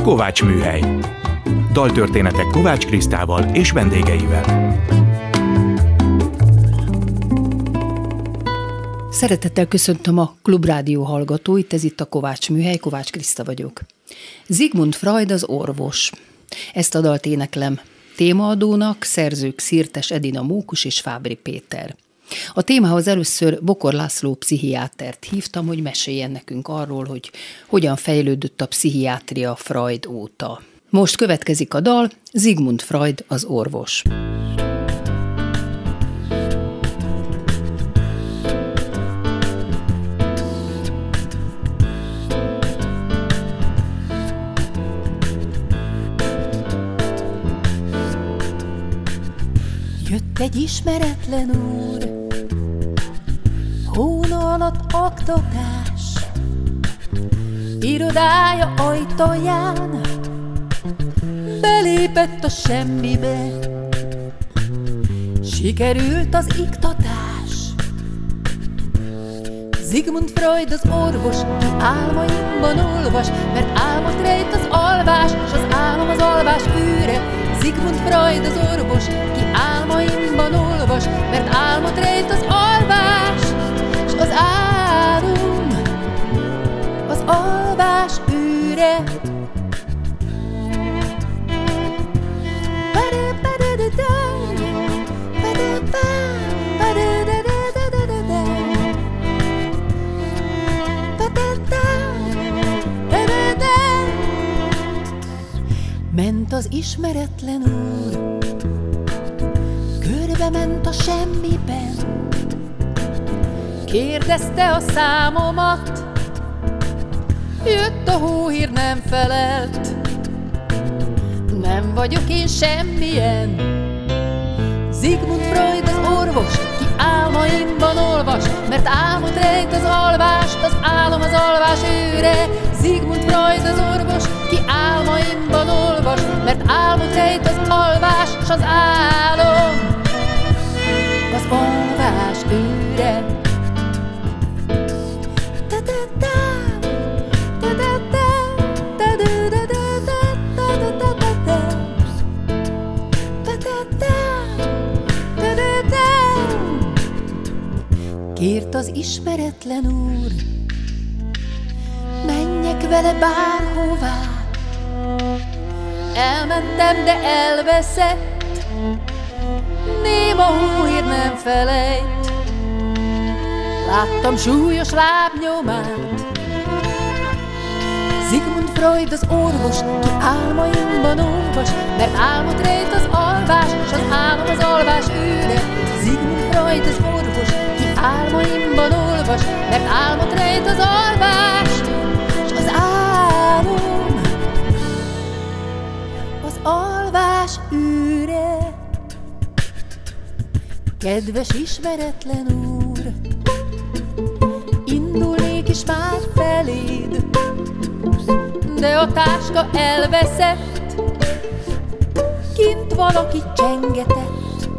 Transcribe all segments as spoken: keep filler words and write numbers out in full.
Kovács Műhely. Daltörténetek Kovács Krisztával és vendégeivel. Szeretettel köszöntöm a Klubrádió hallgatóit, ez itt a Kovács Műhely, Kovács Kriszta vagyok. Sigmund Freud az orvos. Ezt a dalt éneklem témaadónak, szerzők Szirtes Edina Mókus és Fábry Péter. A témához először Bokor László pszichiátert hívtam, hogy meséljen nekünk arról, hogy hogyan fejlődött a pszichiátria Freud óta. Most következik a dal, Sigmund Freud az orvos. Jött egy ismeretlen úr, hóna alatt oktatás, irodája ajtaján belépett a semmibe, sikerült az iktatás. Sigmund Freud az orvos, ki álmaimban olvas, mert álmot rejt az alvás, s az álom az alvás űre. Sigmund Freud az orvos, ki álmaimban olvas, mert álmot rejt az alvás, s az álom az alvás űre. Ment az ismeretlen úr, körbe ment a semmiben, kérdezte a számomat, jött a hóhír, nem felelt, nem vagyok én semmilyen. Sigmund Freud az orvos, ki álmaimban olvas, mert álmot rejt az alvást, az álom az alvás őre. Sigmund Freud az orvos, ki álmaimban olvas, mert álmot rejt az alvás, s az álom az alvás őre. Kért az ismeretlen úr, menjek vele bárhová. Elmentem, de elveszett, néma hóhír nem felejt. Láttam súlyos lábnyomát. Sigmund Freud az orvos, ki álmaimban olvas, mert álmot rejt az alvás, s az álom az alvás őre. Sigmund Freud az orvos, ki álmaimban olvas, mert álmot rejt az alvás, s az álom az alvás űre. Kedves ismeretlen úr, indulnék is már feléd, de a táska elveszett, kint valaki csengetett,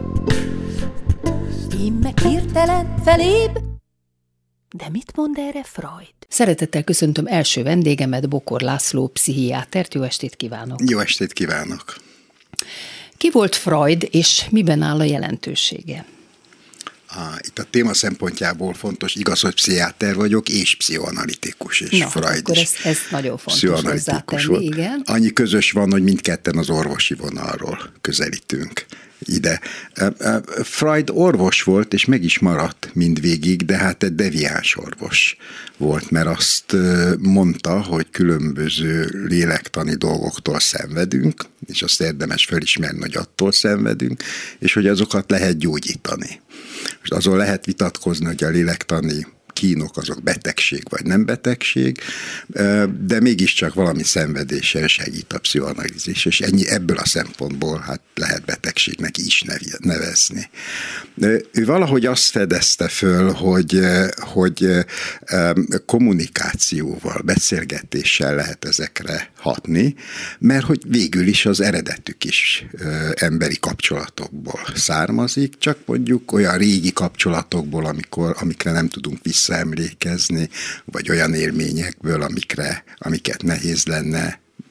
én meg hirtelen felébb. De mit mond erre Freud? Szeretettel köszöntöm első vendégemet, Bokor László pszichiátert. Jó estét kívánok! Jó estét kívánok! Ki volt Freud, és miben áll a jelentősége? Ah, itt a téma szempontjából fontos, igaz, hogy pszichiáter vagyok, és pszichoanalitikus, és Na, Freud akkor is ez, ez nagyon fontos hozzátenni, igen. Annyi közös van, hogy mindketten az orvosi vonalról közelítünk ide. Freud orvos volt, és meg is maradt mindvégig, de hát egy deviáns orvos volt, mert azt mondta, hogy különböző lélektani dolgoktól szenvedünk, és azt érdemes felismerni, hogy attól szenvedünk, és hogy azokat lehet gyógyítani. Most azon lehet vitatkozni, hogy a lélektani kínok azok betegség vagy nem betegség, de mégiscsak valami szenvedéssel segít a pszichoanalízis, és ennyi, ebből a szempontból hát lehet betegségnek is nevezni. Ő valahogy azt fedezte föl, hogy, hogy kommunikációval, beszélgetéssel lehet ezekre hatni, mert hogy végül is az eredetük is emberi kapcsolatokból származik, csak mondjuk olyan régi kapcsolatokból, amikor, amikre nem tudunk visszaemlékezni, vagy olyan élményekből, amikre, amiket nehéz lenne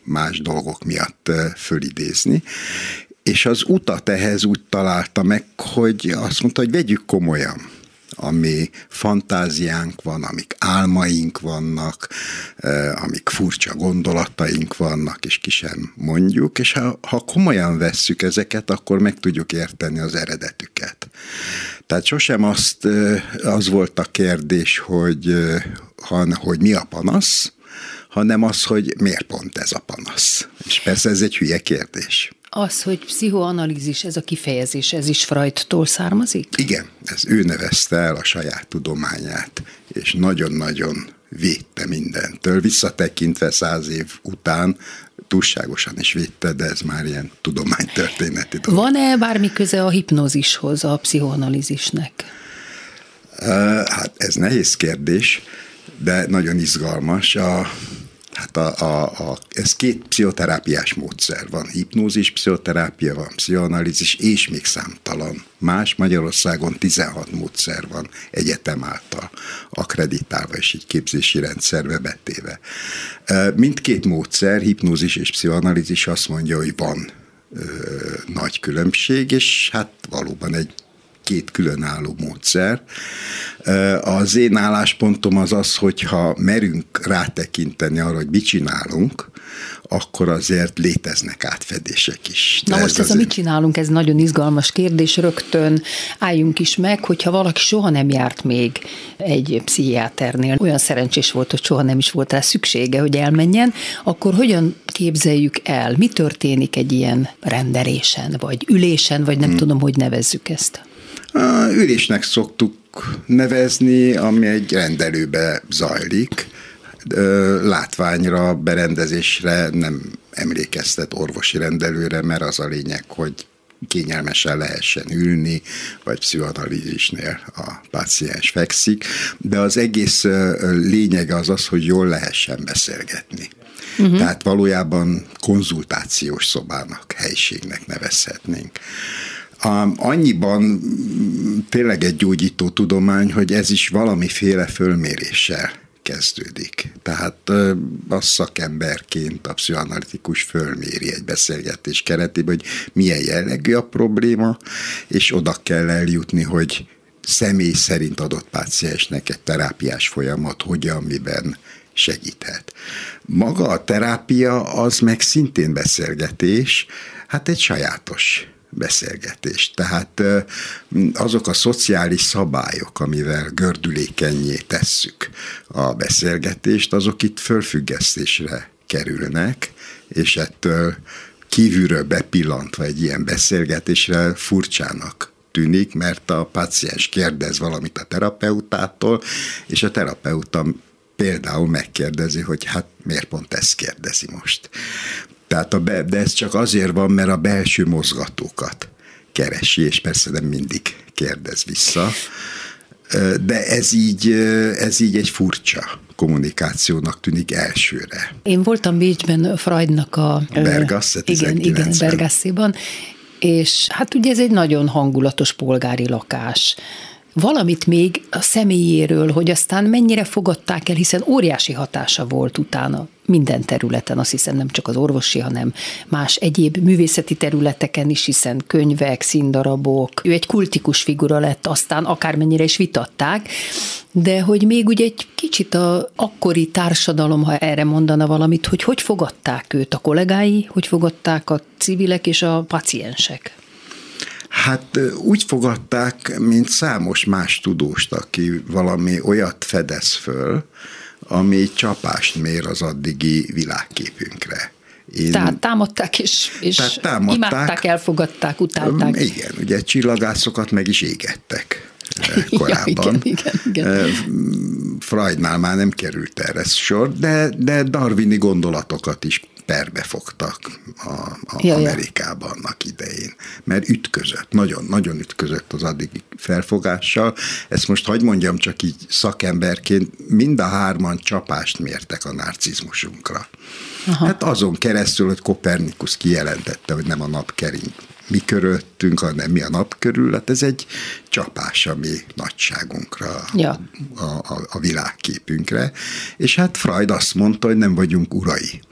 más dolgok miatt fölidézni. És az utat ehhez úgy találta meg, hogy azt mondta, hogy vegyük komolyan, ami fantáziánk van, amik álmaink vannak, amik furcsa gondolataink vannak, és ki sem mondjuk, és ha, ha komolyan vesszük ezeket, akkor meg tudjuk érteni az eredetüket. Tehát sosem azt, az volt a kérdés, hogy, hogy mi a panasz, hanem az, hogy miért pont ez a panasz. És persze ez egy hülye kérdés. Az, hogy pszichoanalízis, ez a kifejezés, ez is Freudtól származik? Igen, ez ő nevezte el a saját tudományát, és nagyon-nagyon védte mindentől. Visszatekintve száz év után túlságosan is védte, de ez már ilyen tudománytörténeti dolog. Van-e bármi köze a hipnózishoz, a pszichoanalízisnek? Hát ez nehéz kérdés, de nagyon izgalmas. A Hát a, a, a, ez két pszichoterápiás módszer van. Hipnózis, pszichoterápia van, pszichoanalízis, és még számtalan más. Magyarországon tizenhat módszer van egyetem által akkreditálva, és így képzési rendszerbe betéve. Mindkét módszer, hipnózis és pszichoanalízis azt mondja, hogy van ö, nagy különbség, és hát valóban egy két különálló módszer. Az én álláspontom az az, hogyha merünk rátekinteni arra, hogy mit csinálunk, akkor azért léteznek átfedések is. De Na most ez, ez a mit csinálunk, ez nagyon izgalmas kérdés, rögtön álljunk is meg, hogyha valaki soha nem járt még egy pszichiáternél, olyan szerencsés volt, hogy soha nem is volt rá szüksége, hogy elmenjen, akkor hogyan képzeljük el, mi történik egy ilyen rendelésen, vagy ülésen, vagy nem hmm. tudom, hogy nevezzük ezt. A ülésnek szoktuk nevezni, ami egy rendelőbe zajlik. Látványra, berendezésre nem emlékeztet orvosi rendelőre, mert az a lényeg, hogy kényelmesen lehessen ülni, vagy pszichoanalízisnél a páciens fekszik, de az egész lényege az az, hogy jól lehessen beszélgetni. Uh-huh. Tehát valójában konzultációs szobának, helyiségnek nevezhetnénk. Annyiban tényleg egy gyógyító tudomány, hogy ez is valamiféle fölméréssel kezdődik. Tehát a szakemberként a pszichoanalitikus fölméri egy beszélgetés keretében, hogy milyen jellegű a probléma, és oda kell eljutni, hogy személy szerint adott páciensnek egy terápiás folyamat hogyan, miben segíthet. Maga a terápia az meg szintén beszélgetés, hát egy sajátos beszélgetés. Tehát azok a szociális szabályok, amivel gördülékennyé tesszük a beszélgetést, azok itt fölfüggesztésre kerülnek, és ettől kívülről bepillantva egy ilyen beszélgetésre furcsának tűnik, mert a páciens kérdez valamit a terapeutától, és a terapeuta például megkérdezi, hogy hát miért pont ezt kérdezi most. Tehát a be, de ez csak azért van, mert a belső mozgatókat keresi, és persze nem mindig kérdez vissza. De ez így, ez így egy furcsa kommunikációnak tűnik elsőre. Én voltam Bécsben Freudnak a... Bergasse igen, igen, Bergasse-ban, és hát ugye ez egy nagyon hangulatos polgári lakás. Valamit még a személyéről, hogy aztán mennyire fogadták el, hiszen óriási hatása volt utána minden területen, azt hiszem nem csak az orvosi, hanem más egyéb művészeti területeken is, hiszen könyvek, színdarabok. Ő egy kultikus figura lett, aztán akármennyire is vitatták, de hogy még ugye egy kicsit a akkori társadalom, ha erre mondana valamit, hogy hogy fogadták őt a kollégái, hogy fogadták a civilek és a paciensek. Hát úgy fogadták, mint számos más tudóst, aki valami olyat fedez föl, ami csapást mér az addigi világképünkre. Én, tehát támadták és, és tehát támadták, imádták, elfogadták, utálták. Igen, ugye csillagászokat meg is égettek korábban. Ja, igen, igen, igen. Freudnál már nem került erre sor, de, de darwini gondolatokat is perbe fogtak a, a ja, Amerikában annak idején, mert ütközött, nagyon-nagyon ütközött az addigi felfogással. Ezt most hadd mondjam csak így szakemberként, mind a hárman csapást mértek a narcizmusunkra. Aha. Hát azon keresztül, hogy Kopernikusz kijelentette, hogy nem a nap kering mi körülöttünk, hanem mi a nap körül, hát ez egy csapás a mi nagyságunkra, ja. a, a, a világképünkre. És hát Freud azt mondta, hogy nem vagyunk urai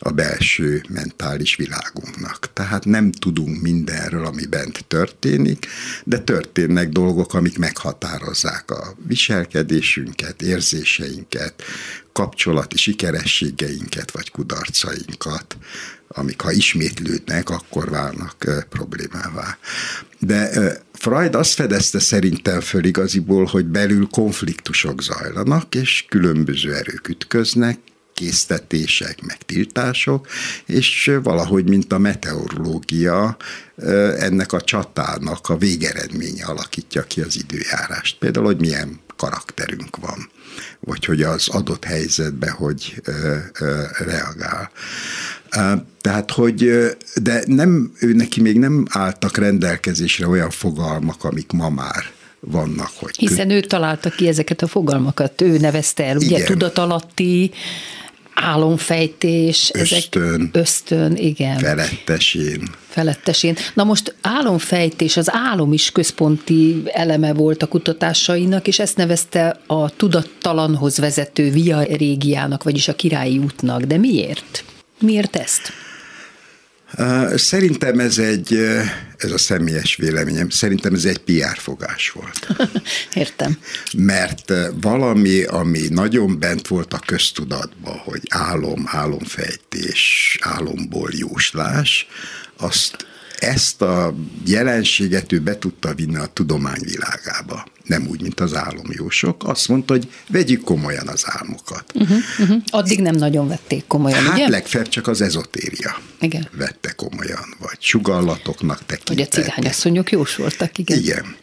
a belső mentális világunknak. Tehát nem tudunk mindenről, ami bent történik, de történnek dolgok, amik meghatározzák a viselkedésünket, érzéseinket, kapcsolati sikerességeinket, vagy kudarcainkat, amik ha ismétlődnek, akkor válnak problémává. De Freud azt fedezte szerintem föl igaziból, hogy belül konfliktusok zajlanak, és különböző erők ütköznek, késztetések, meg tiltások, és valahogy, mint a meteorológia, ennek a csatának a végeredménye alakítja ki az időjárást. Például, hogy milyen karakterünk van, vagy hogy az adott helyzetben hogy ö, ö, reagál. Tehát, hogy, de nem, ő neki még nem álltak rendelkezésre olyan fogalmak, amik ma már vannak. Hogy Hiszen ő találta ki ezeket a fogalmakat, ő nevezte el, ugye, igen. Tudatalatti, álomfejtés, ösztön, ezek ösztön, igen. Felettesén. Felettesén. Na most álomfejtés, az álom is központi eleme volt a kutatásainak, és ezt nevezte a tudattalanhoz vezető via régiának, vagyis a királyi útnak. De miért? Miért ezt? Szerintem ez egy, ez a személyes véleményem, szerintem ez egy pé er fogás volt. Értem. Mert valami, ami nagyon bent volt a köztudatban, hogy álom, álomfejtés, álomból jóslás, azt ezt a jelenséget ő be tudta vinni a tudomány világába. Nem úgy, mint az álomjósok. Azt mondta, hogy vegyük komolyan az álmokat. Uh-huh, uh-huh. Addig nem nagyon vették komolyan, hát ugye? Hát legfeljebb csak az ezotéria igen. vette komolyan, vagy sugallatoknak tekintették. Hogy a cigányasszonyok jós voltak, igen. Igen.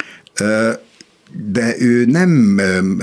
De ő nem...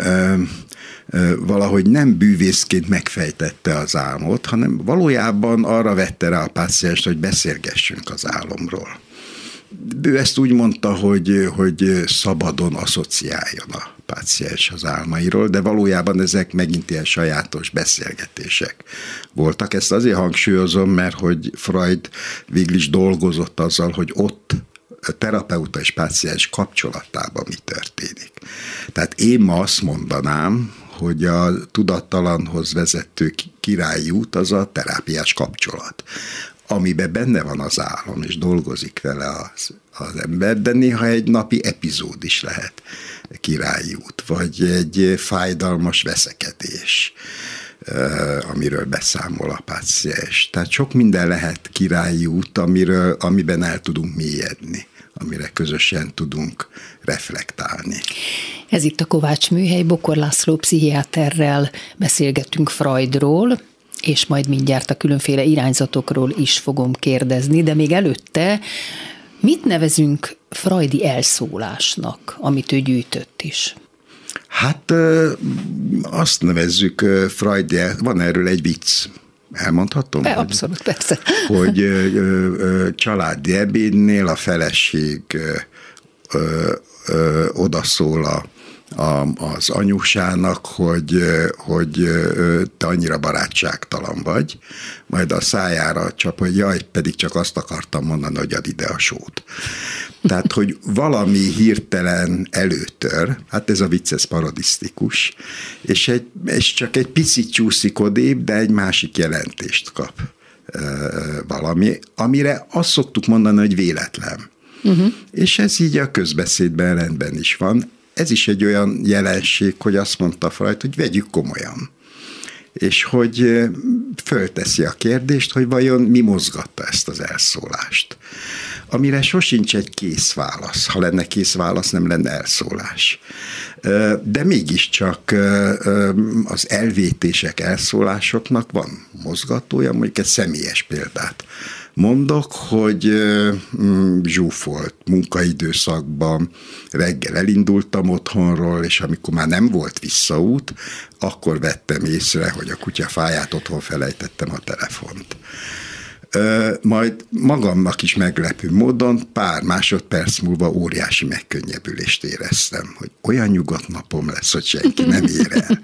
valahogy nem bűvészként megfejtette az álmot, hanem valójában arra vette rá a pácienst, hogy beszélgessünk az álomról. Ő ezt úgy mondta, hogy, hogy szabadon asszociáljon a páciens az álmairól, de valójában ezek megint ilyen sajátos beszélgetések voltak. Ezt azért hangsúlyozom, mert hogy Freud végül is dolgozott azzal, hogy ott a terapeuta és páciens kapcsolatában mi történik. Tehát én ma azt mondanám, hogy a tudattalanhoz vezető királyi út az a terápiás kapcsolat, amiben benne van az álom, és dolgozik vele az, az ember, de néha egy napi epizód is lehet királyi út, vagy egy fájdalmas veszekedés, amiről beszámol a páciens. Tehát sok minden lehet királyi út, amiről, amiben el tudunk mélyedni, amire közösen tudunk reflektálni. Ez itt a Kovács Műhely, Bokor László pszichiáterrel beszélgetünk Freudról, és majd mindjárt a különféle irányzatokról is fogom kérdezni, de még előtte mit nevezünk freudi elszólásnak, amit ő gyűjtött is? Hát azt nevezzük Freudi, van erről egy vicc. Elmondhatom? E, abszolút, persze. Hogy ö, ö, családi ebédnél a feleség ö, ö, ö, odaszól a, a, az anyusának, hogy, hogy ö, te annyira barátságtalan vagy, majd a szájára csap, hogy jaj, pedig csak azt akartam mondani, hogy add ide a sót. Tehát, hogy valami hirtelen előtör, hát ez a vicc, ez parodisztikus, és, egy, és csak egy picit csúszik odébb, de egy másik jelentést kap valami, amire azt szoktuk mondani, hogy véletlen. Uh-huh. És ez így a közbeszédben rendben is van. Ez is egy olyan jelenség, hogy azt mondta Freud, hogy vegyük komolyan. És hogy fölteszi a kérdést, hogy vajon mi mozgatta ezt az elszólást. Amire sosincs egy kész válasz. Ha lenne kész válasz, nem lenne elszólás. De mégiscsak az elvétések, elszólásoknak van mozgatója, mondjuk egy személyes példát mondok, hogy zsúfolt munkaidőszakban reggel elindultam otthonról, és amikor már nem volt visszaút, akkor vettem észre, hogy a kutyafáját otthon felejtettem a telefont. Majd magamnak is meglepő módon pár másodperc múlva óriási megkönnyebbülést éreztem, hogy olyan nyugodt napom lesz, hogy senki nem ér el.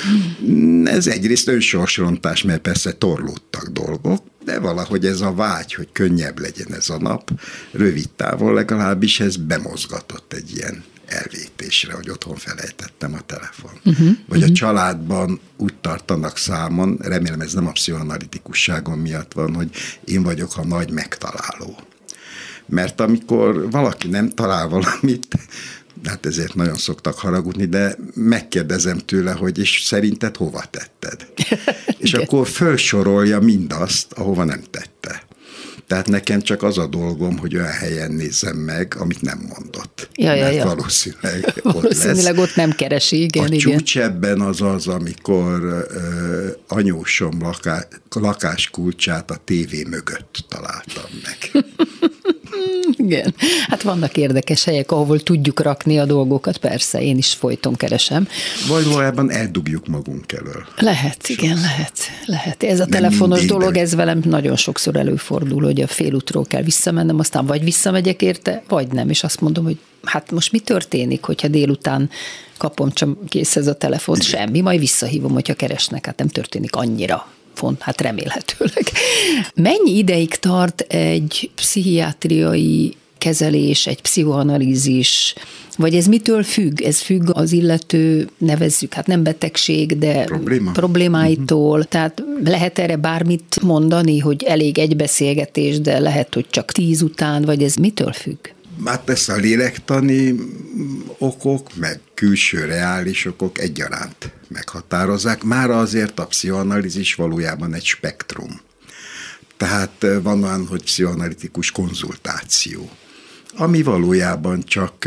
Ez egyrészt önsorsrontás, mert persze torlódtak dolgok, de valahogy ez a vágy, hogy könnyebb legyen ez a nap, rövid távon legalábbis ez bemozgatott egy ilyen elvétésre, hogy otthon felejtettem a telefon. Uh-huh, Vagy uh-huh. a családban úgy tartanak számon, remélem ez nem a pszichoanalitikusságom miatt van, hogy én vagyok a nagy megtaláló. Mert amikor valaki nem talál valamit, hát ezért nagyon szoktak haragudni, de megkérdezem tőle, hogy és szerinted hova tetted? És akkor fölsorolja mindazt, ahova nem tette. Tehát nekem csak az a dolgom, hogy olyan helyen nézzem meg, amit nem mondott. Ja, ja, Mert ja. valószínűleg ott Valószínűleg lesz. ott nem keresi, igen, a igen. csúcs ebben az az, amikor uh, anyósom laká, lakáskulcsát a tévé mögött találtam meg. Igen. Hát vannak érdekes helyek, ahol tudjuk rakni a dolgokat, persze, én is folyton keresem. Vagy valójában eldugjuk magunk elől. Lehet, Sok. igen, lehet, lehet. Ez a Nem telefonos mindig, dolog, de... ez velem nagyon sokszor előfordul, hogy a félútról kell visszamennem, aztán vagy visszamegyek érte, vagy nem, és azt mondom, hogy hát most mi történik, hogyha délután kapom csak készhez a telefont, igen. Semmi, majd visszahívom, hogyha keresnek, hát nem történik annyira. Font, hát remélhetőleg. Mennyi ideig tart egy pszichiátriai kezelés, egy pszichoanalízis, vagy ez mitől függ? Ez függ az illető, nevezzük, hát nem betegség, de Probléma. problémáitól. Uh-huh. Tehát lehet erre bármit mondani, hogy elég egy beszélgetés, de lehet, hogy csak tíz után, vagy ez mitől függ? Hát ezt a lélektani okok, meg külső reális okok egyaránt meghatározzák. Már azért a pszichoanalízis valójában egy spektrum. Tehát van olyan, hogy pszichoanalitikus konzultáció, ami valójában csak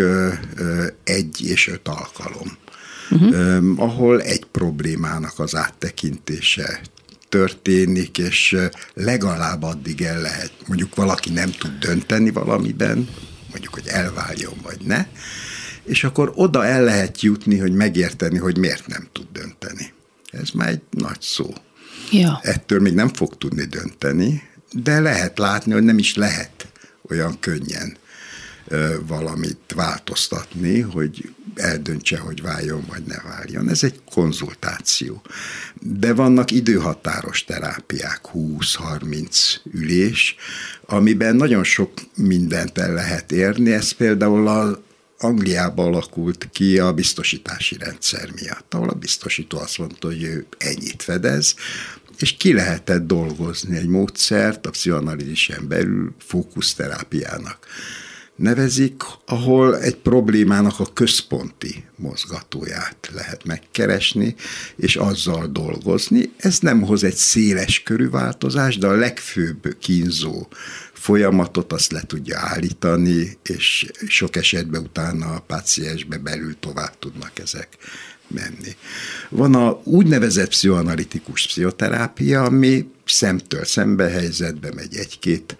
egy és öt alkalom, uh-huh. ahol egy problémának az áttekintése történik, és legalább addig el lehet, mondjuk valaki nem tud dönteni valamiben, mondjuk, hogy elváljon, vagy ne, és akkor oda el lehet jutni, hogy megérteni, hogy miért nem tud dönteni. Ez már egy nagy szó. Ja. Ettől még nem fog tudni dönteni, de lehet látni, hogy nem is lehet olyan könnyen ö, valamit változtatni, hogy eldöntse, hogy váljon, vagy ne váljon. Ez egy konzultáció. De vannak időhatáros terápiák, húsz-harminc ülés, amiben nagyon sok mindent el lehet érni. Ez például a Angliában alakult ki a biztosítási rendszer miatt, ahol a biztosító azt mondta, hogy ő ennyit fedez, és ki lehetett dolgozni egy módszert a pszichoanalízisen belül fókuszterápiának nevezik, ahol egy problémának a központi mozgatóját lehet megkeresni, és azzal dolgozni. Ez nem hoz egy széles körű változást, de a legfőbb kínzó folyamatot azt le tudja állítani, és sok esetben utána a páciensbe belül tovább tudnak ezek menni. Van a úgynevezett pszichoanalitikus pszichoterápia, ami szemtől szembe helyzetbe megy egy-két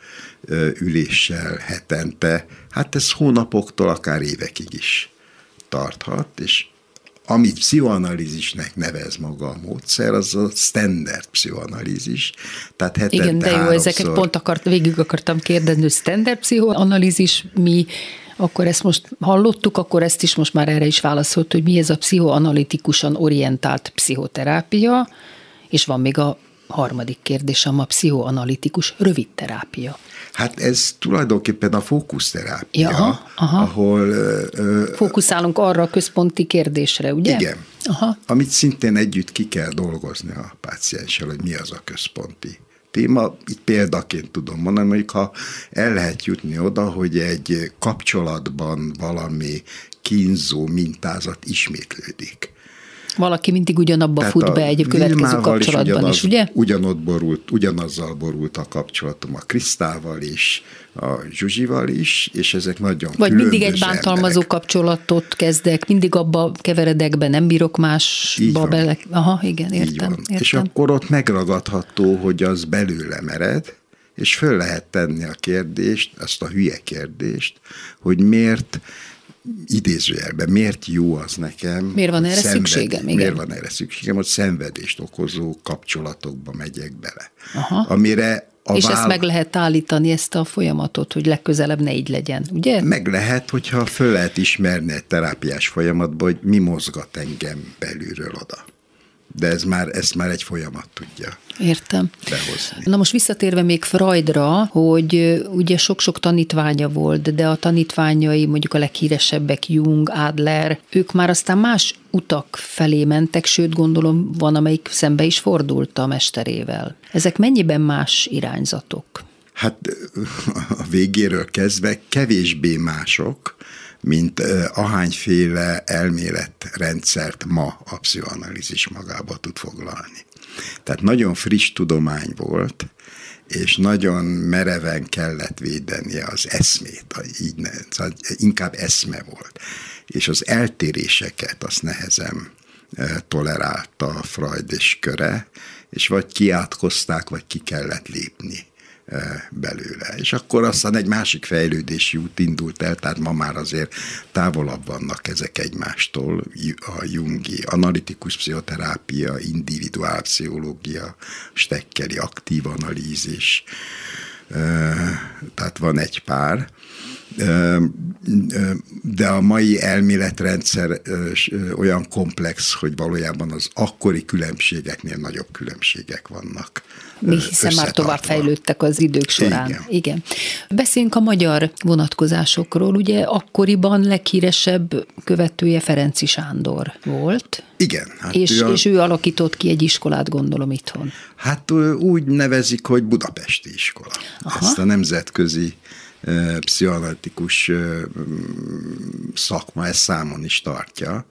üléssel hetente. Hát ez hónapoktól akár évekig is tarthat, és amit pszichoanalízisnek nevez maga a módszer, az a standard pszichoanalízis. Tehát hetente igen, de jó, háromszor... ezeket pont akart, végig akartam kérdezni, hogy standard pszichoanalízis mi, akkor ezt most hallottuk, akkor ezt is most már erre is válaszolt, hogy mi ez a pszichoanalitikusan orientált pszichoterápia, és van még a harmadik kérdésem, a pszichoanalitikus rövid terápia. Hát ez tulajdonképpen a fókuszterápia, ja, aha, aha. ahol... Ö, fókuszálunk arra a központi kérdésre, ugye? Igen. Aha. Amit szintén együtt ki kell dolgozni a pácienssel, hogy mi az a központi téma. Itt példaként tudom mondani, mondjuk ha el lehet jutni oda, hogy egy kapcsolatban valami kínzó mintázat ismétlődik. Valaki mindig ugyanabba Tehát fut be egy következő kapcsolatban is, ugyanaz, is, ugye? Ugyanott borult, ugyanazzal borult a kapcsolatom a Krisztával is, a Zsuzsival is, és ezek nagyon Vagy mindig egy emberek. bántalmazó kapcsolatot kezdek, mindig abba keveredek be, nem bírok másba bele. Aha, igen, értem, értem. És akkor ott megragadható, hogy az belőlem ered, és föl lehet tenni a kérdést, azt a hülye kérdést, hogy miért idézőjelben, miért jó az nekem. Miért van erre szenved, szükségem? Igen. Miért van erre szükségem, hogy szenvedést okozó kapcsolatokba megyek bele. Aha. Amire a és vála... ezt meg lehet állítani, ezt a folyamatot, hogy legközelebb ne így legyen, ugye? Meg lehet, hogyha föl lehet ismerni egy terápiás folyamatban, hogy mi mozgat engem belülről oda. De ez már, ezt már egy folyamat tudja Értem. behozni. Na most visszatérve még Freudra, hogy ugye sok-sok tanítványa volt, de a tanítványai, mondjuk a leghíresebbek, Jung, Adler, ők már aztán más utak felé mentek, sőt gondolom van, amelyik szembe is fordult a mesterével. Ezek mennyiben más irányzatok? Hát a végéről kezdve kevésbé mások, mint ahányféle elméletrendszert ma a pszichoanalízis magába tud foglalni. Tehát nagyon friss tudomány volt, és nagyon mereven kellett védenie az eszmét, így ne, szóval inkább eszme volt. És az eltéréseket azt nehezen tolerálta Freud és köre, és vagy kiátkozták, vagy ki kellett lépni belőle. És akkor aztán egy másik fejlődési út indult el, tehát ma már azért távolabb vannak ezek egymástól, a jungi analitikus pszichoterápia, individuálpszichológia, steckeri aktív analízis, tehát van egy pár. De a mai elméletrendszer olyan komplex, hogy valójában az akkori különbségeknél nagyobb különbségek vannak. Mi hiszen már tovább fejlődtek az idők során. Igen. Igen. Beszéljünk a magyar vonatkozásokról. Ugye akkoriban leghíresebb követője Ferenczy Sándor volt. Igen. Hát és, ő a... és ő alakított ki egy iskolát, gondolom, itthon. Hát úgy nevezik, hogy budapesti iskola. Aha. Ezt a nemzetközi pszichoanalitikus szakma ezt számon is tartja.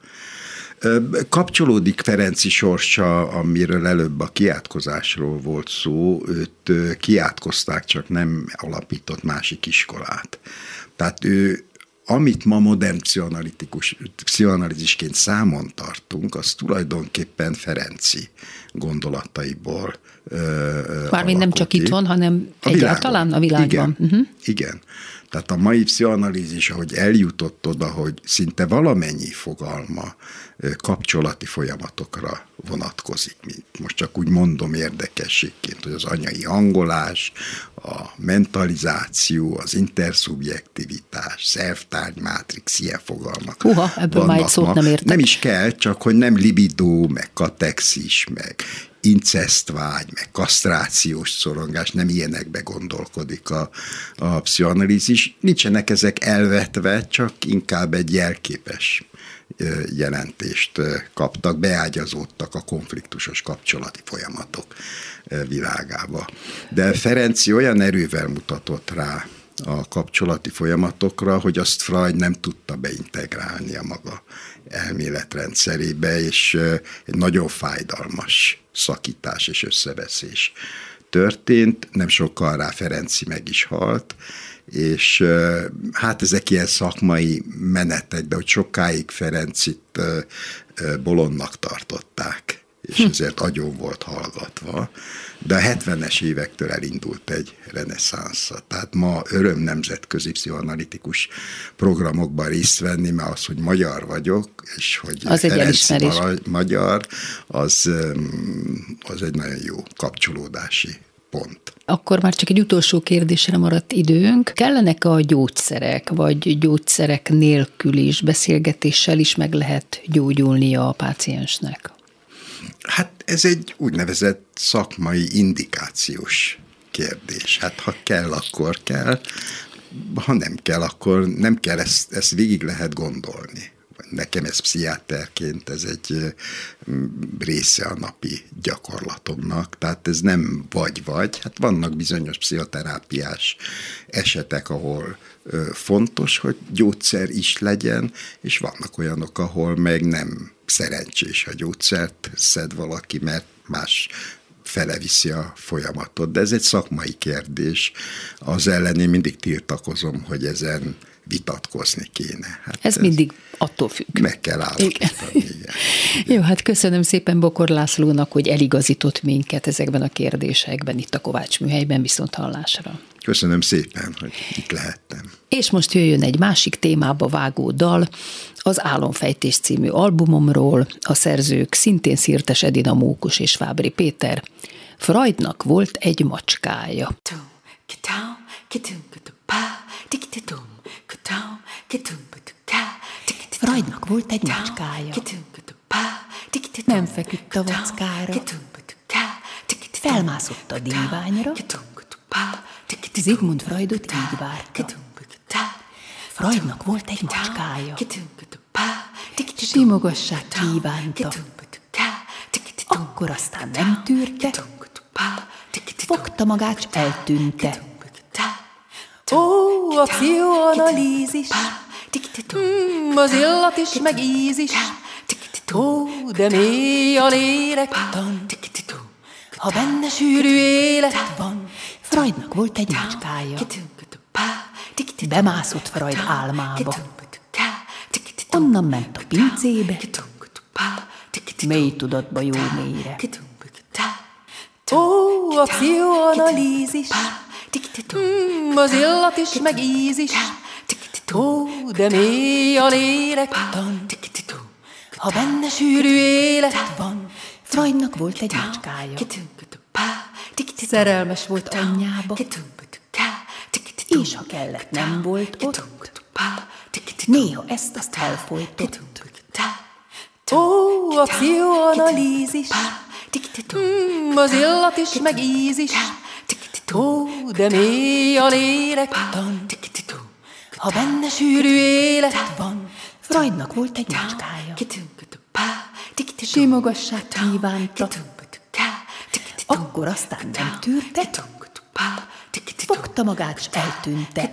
Kapcsolódik Ferenczy sorsa, amiről előbb a kiátkozásról volt szó, őt kiátkozták, csak nem alapított másik iskolát. Tehát ő, amit ma modern pszichoanalitikus, pszichoanalízisként számon tartunk, az tulajdonképpen Ferenczy gondolataiból Mármint nem csak itthon, hanem a egyáltalán a világban. Igen, uh-huh. igen. Tehát a mai pszichoanalízis, ahogy eljutott oda, hogy szinte valamennyi fogalma kapcsolati folyamatokra vonatkozik. Most csak úgy mondom érdekességként, hogy az anyai hangolás, a mentalizáció, az interszubjektivitás, self-tárgy mátrix, ilyen fogalmak. Húha, ebből már egy szót nem értek. Nem is kell, csak hogy nem libidó, meg katexis, meg incesztvágy, meg kasztrációs szorongás, nem ilyenekbe gondolkodik a, a pszichoanalízis. Nincsenek ezek elvetve, csak inkább egy jelképes jelentést kaptak, beágyazódtak a konfliktusos kapcsolati folyamatok világába. De Ferenczy olyan erővel mutatott rá a kapcsolati folyamatokra, hogy azt Freud nem tudta beintegrálni a maga elméletrendszerébe, és egy nagyon fájdalmas szakítás és összeveszés történt. Nem sokkal rá Ferenczy meg is halt, és hát ezek ilyen szakmai menetek, de hogy sokáig Ferencyt bolondnak tartották, és ezért agyon volt hallgatva. De a hetvenes évektől elindult egy reneszánsza. Tehát ma öröm nemzetközi pszichoanalitikus programokban részt venni, mert az, hogy magyar vagyok, és hogy az egy elismerés. Magyar, az, az egy nagyon jó kapcsolódási pont. Akkor már csak egy utolsó kérdésre maradt időnk. Kellenek a gyógyszerek, vagy gyógyszerek nélkül is, beszélgetéssel is meg lehet gyógyulnia a páciensnek? Hát ez egy úgynevezett szakmai indikációs kérdés. Hát ha kell, akkor kell. Ha nem kell, akkor nem kell, ezt, ezt végig lehet gondolni. Nekem ez pszichiáterként ez egy része a napi gyakorlatomnak, tehát ez nem vagy-vagy, hát vannak bizonyos pszichoterápiás esetek, ahol fontos, hogy gyógyszer is legyen, és vannak olyanok, ahol meg nem szerencsés a gyógyszert szed valaki, mert más fele viszi a folyamatot. De ez egy szakmai kérdés. Az ellen én mindig tiltakozom, hogy ezen vitatkozni kéne. Hát ez, ez mindig attól függ. Meg kell állapítani. Igen. Igen. Jó, hát köszönöm szépen Bokor Lászlónak, hogy eligazított minket ezekben a kérdésekben itt a Kovács Műhelyben, viszont hallásra. Köszönöm szépen, hogy itt lehettem. És most jöjjön egy másik témába vágó dal, az Álomfejtés című albumomról, a szerzők szintén Szirtes Edina Mókus és Fábry Péter. Freudnak volt egy macskája. Freudnak volt egy macskája. Nem feküdt a vackára, felmászott a díványra, Sigmund Freudot így várta. Freudnak volt egy macskája, simogassák kívánta, akkor aztán nem tűrte, fogta magát, s eltűnte. Ó, a pszichoanalízis, mm, az illat is, meg íz is, ó, de mély a lélektan, ha benne sűrű élet van. Freudnak volt egy macskája, bemászott Freud álmába, onnan ment a pincébe, mély tudatba, jó mélyre. Ó, a pszichoanalízis, mm, az illat is, meg íz is, ó, de mély a lélektan, ha benne sűrű élet van. Freudnak volt egy macskája, szerelmes volt anyjába, és ha kellett, nem volt ott, néha ezt-azt elfolytott. Ó, a pszichoanalízis, mm, az illat is, meg íz is, ó, de mély a lélektan, ha benne sűrű élet van. Freudnak volt egy macskája, simogassák kívánta, akkor aztán nem tűrte, fogta magát, s eltűnte.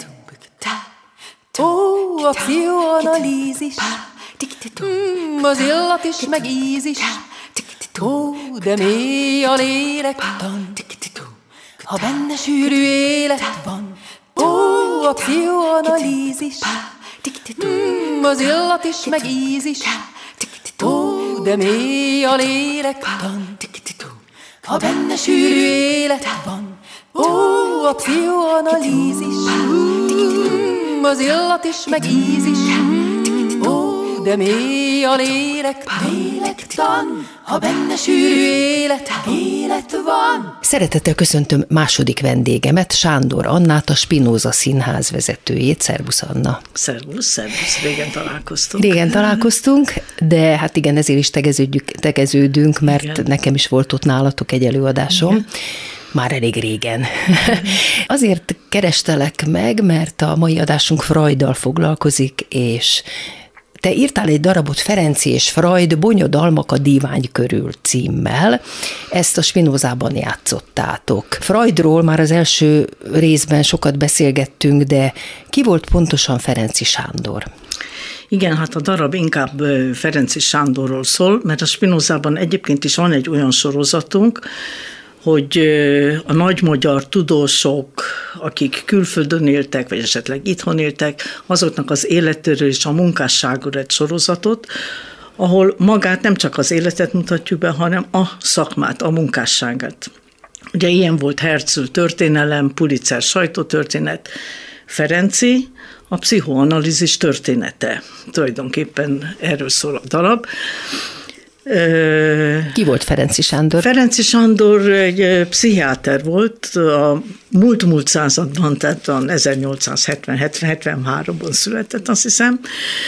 Ó, a pszichoanalízis, mm, az illat is, meg íz is, ó, de mély a lélektan, ha benne sűrű élet van. Ó, a pszichoanalízis, mm, az illat is, meg íz is, ó, de mély a lélektan, ha benne sűrű élet van. Ó, a pszichoanalízis, mm, az illat is, meg íz is, ó, de mély a lélektan, ha benne sűrű élet, élet van. Szeretettel köszöntöm második vendégemet, Sándor Annát, a Spinoza Színház vezetőjét. Szervusz, Anna! Szervusz, szervusz, régen találkoztunk. Régen találkoztunk, de hát igen, ezért is tegeződünk, mert igen, nekem is volt ott nálatok egy előadásom. Igen. Már elég régen. Azért kerestelek meg, mert a mai adásunk Freuddal foglalkozik, és te írtál egy darabot, Ferenczy és Freud, Bonyodalmak a divány körül címmel. Ezt a Spinozában játszottátok. Freudról már az első részben sokat beszélgettünk, de ki volt pontosan Ferenczy Sándor? Igen, hát a darab inkább Ferenczy Sándorról szól, mert a Spinozában egyébként is van egy olyan sorozatunk, hogy a nagy magyar tudósok, akik külföldön éltek, vagy esetleg itthon éltek, azoknak az életéről és a munkásságról egy sorozatot, ahol magát nem csak az életet mutatjuk be, hanem a szakmát, a munkásságát. Ugye ilyen volt Herzl történelem, Pulitzer sajtótörténet, Ferenczy, a pszichoanalízis története. Tulajdonképpen erről szól a darab. Ki volt Ferenczy Sándor? Ferenczy Sándor egy pszichiáter volt, a múlt-múlt században, tehát a ezernyolcszázhetven-hetvenháromban született, azt hiszem,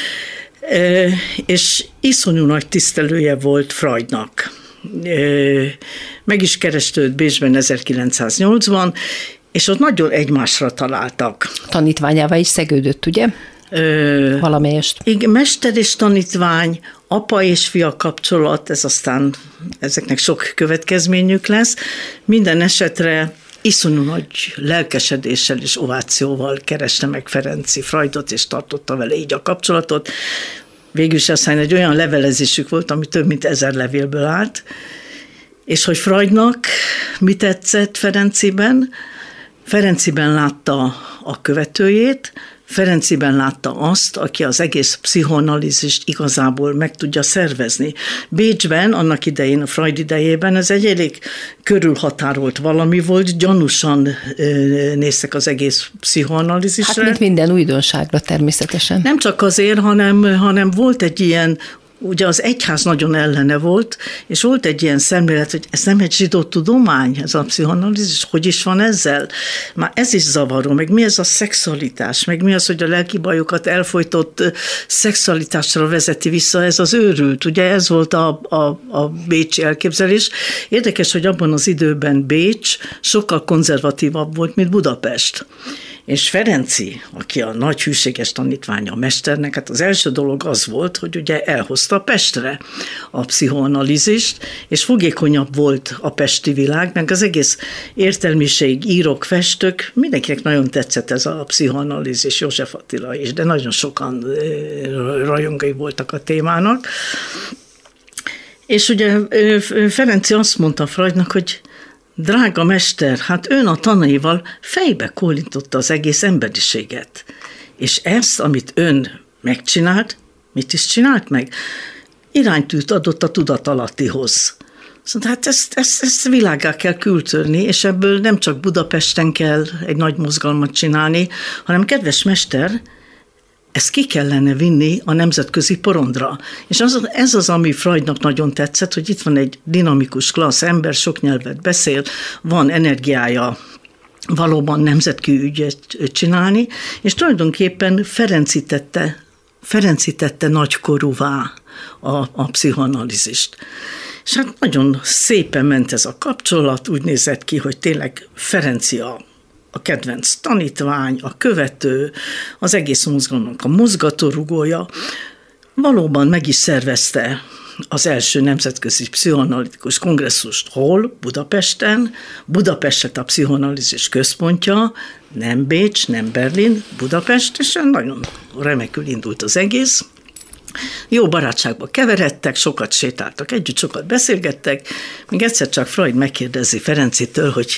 és iszonyú nagy tisztelője volt Freudnak. Meg is kereste őt Bécsben ezerkilencszáznyolcban, és ott nagyon egymásra találtak. Tanítványává is szegődött, ugye? Ö, Valamelyest. Igen, mester és tanítvány, apa és fia kapcsolat, ez aztán ezeknek sok következményük lesz. Minden esetre iszonyú nagy lelkesedéssel és ovációval kereste meg Ferenczy Freudot, és tartotta vele így a kapcsolatot. Végülis aztán egy olyan levelezésük volt, ami több mint ezer levélből állt, és hogy Freudnak mi tetszett Ferenczyben? Ferenczyben látta a követőjét, Ferenczyben látta azt, aki az egész pszichoanalízist igazából meg tudja szervezni. Bécsben, annak idején, a Freud idejében ez egy elég körülhatárolt valami volt, gyanúsan néztek az egész pszichoanalízisre. Hát mint minden újdonságra természetesen. Nem csak azért, hanem, hanem volt egy ilyen ugye az egyház nagyon ellene volt, és volt egy ilyen szemlélet, hogy ez nem egy zsidó tudomány, ez a pszichoanalízis, hogy is van ezzel? Már ez is zavaró, meg mi ez a szexualitás, meg mi az, hogy a lelki bajokat elfojtott szexualitásra vezeti vissza, ez az őrült, ugye ez volt a, a, a bécsi elképzelés. Érdekes, hogy abban az időben Bécs sokkal konzervatívabb volt, mint Budapest. És Ferenci, aki a nagy hűséges tanítványa a mesternek, hát az első dolog az volt, hogy ugye elhozta Pestre a pszichoanalízist, és fogékonyabb volt a pesti világ, meg az egész értelmiség, írók, festők, mindenkinek nagyon tetszett ez a pszichoanalízis, József Attila is, de nagyon sokan rajongói voltak a témának. És ugye Ferenci azt mondta Freudnak, hogy drága mester, hát ön a tanaival fejbe kólintotta az egész emberiséget. És ezt, amit ön megcsinált, mit is csinált meg? Iránytűt adott a tudatalattihoz. Szóval hát ezt, ezt, ezt világgá kell kültörni, és ebből nem csak Budapesten kell egy nagy mozgalmat csinálni, hanem kedves mester, ezt ki kellene vinni a nemzetközi porondra. És az, ez az, ami Freudnak nagyon tetszett, hogy itt van egy dinamikus, klassz ember, sok nyelvet beszél, van energiája valóban nemzetközi ügyet csinálni, és tulajdonképpen Ferenci tette, Ferenci tette nagykorúvá a, a pszichoanalízist. És hát nagyon szépen ment ez a kapcsolat, úgy nézett ki, hogy tényleg Ferenci a a kedvenc tanítvány, a követő, az egész mozgalomnak a mozgatórugója, valóban meg is szervezte az első nemzetközi pszichoanalitikus kongresszust hol? Budapesten. Budapest lett a pszichoanalízis központja, nem Bécs, nem Berlin, Budapest, és nagyon remekül indult az egész. Jó barátságba keveredtek, sokat sétáltak együtt, sokat beszélgettek, még egyszer csak Freud megkérdezi Ferencitől, hogy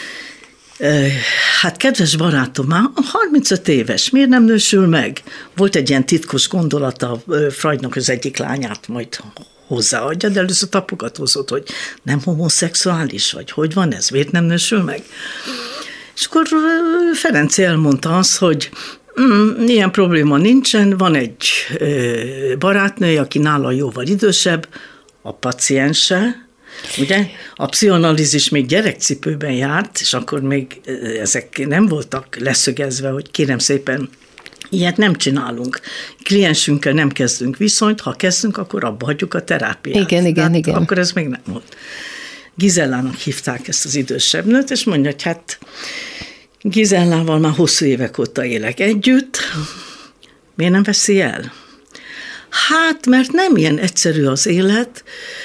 hát kedves barátom, már harmincöt éves, miért nem nősül meg? Volt egy ilyen titkos gondolata Freudnak, az egyik lányát majd hozzáadja, de először tapogat hozott, hogy nem homoszexuális, vagy hogy van ez, miért nem nősül meg? És akkor Ferenc elmondta azt, hogy mm, ilyen probléma nincsen, van egy barátnő, aki nála jóval idősebb, a paciense, ugye? A pszichoanalízis még gyerekcipőben járt, és akkor még ezek nem voltak leszögezve, hogy kérem szépen, ilyet nem csinálunk. Kliensünkkel nem kezdünk viszonyt, ha kezdünk, akkor abba hagyjuk a terápiát. Igen, igen, hát igen. Akkor ez még nem volt. Gizellának hívták ezt az idősebb nőt, és mondja, hogy hát Gizellával már hosszú évek óta élek együtt, miért nem veszi el? Hát, mert nem ilyen egyszerű az élet.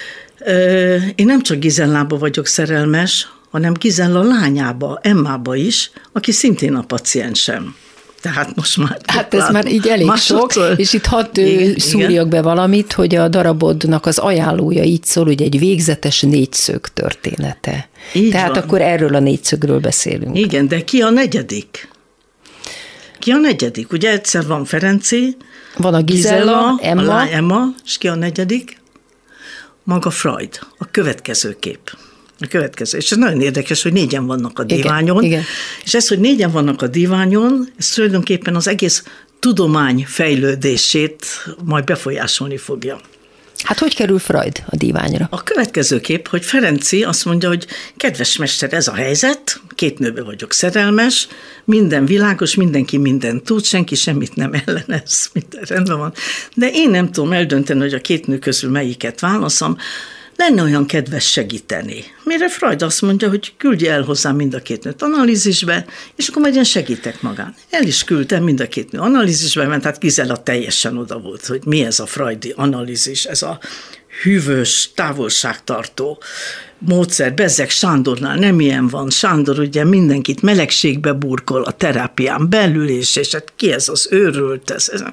Én nem csak Gizellába vagyok szerelmes, hanem Gizella lányába, Emmába is, aki szintén a paciensem. Tehát most már... Hát ez már így elég sok, és itt hadd szúrjak be valamit, hogy a darabodnak az ajánlója így szól, hogy egy végzetes négyszög története. Így Tehát van. Akkor erről a négyszögről beszélünk. Igen, de ki a negyedik? Ki a negyedik? Ugye egyszer van Ferenci, van a Gizella, Gizella Emma. A lány Emma, és ki a negyedik? Maga Freud, a következő kép. A következő. És ez nagyon érdekes, hogy négyen vannak a diványon. Igen, igen. És ez, hogy négyen vannak a diványon, ez tulajdonképpen az egész tudomány fejlődését majd befolyásolni fogja. Hát hogy kerül Freud a díványra? A következő kép, hogy Ferenci azt mondja, hogy kedves mester, ez a helyzet, két nőbe vagyok szerelmes, minden világos, mindenki mindent tud, senki semmit nem ellenez, minden rendben van. De én nem tudom eldönteni, hogy a két nő közül melyiket válaszom, lenne olyan kedves segíteni. Mire Freud azt mondja, hogy küldje el hozzám mind a két nőt analízisbe, és akkor majd én segítek magán. El is küldtem mind a két nő analízisbe, mert hát Gizella teljesen oda volt, hogy mi ez a freudi analízis, ez a hűvös, távolságtartó módszer. Bezzeg Sándornál nem ilyen van. Sándor ugye mindenkit melegségbe burkol a terápián belül, és, és hát ki ez az őrült, ez, ez.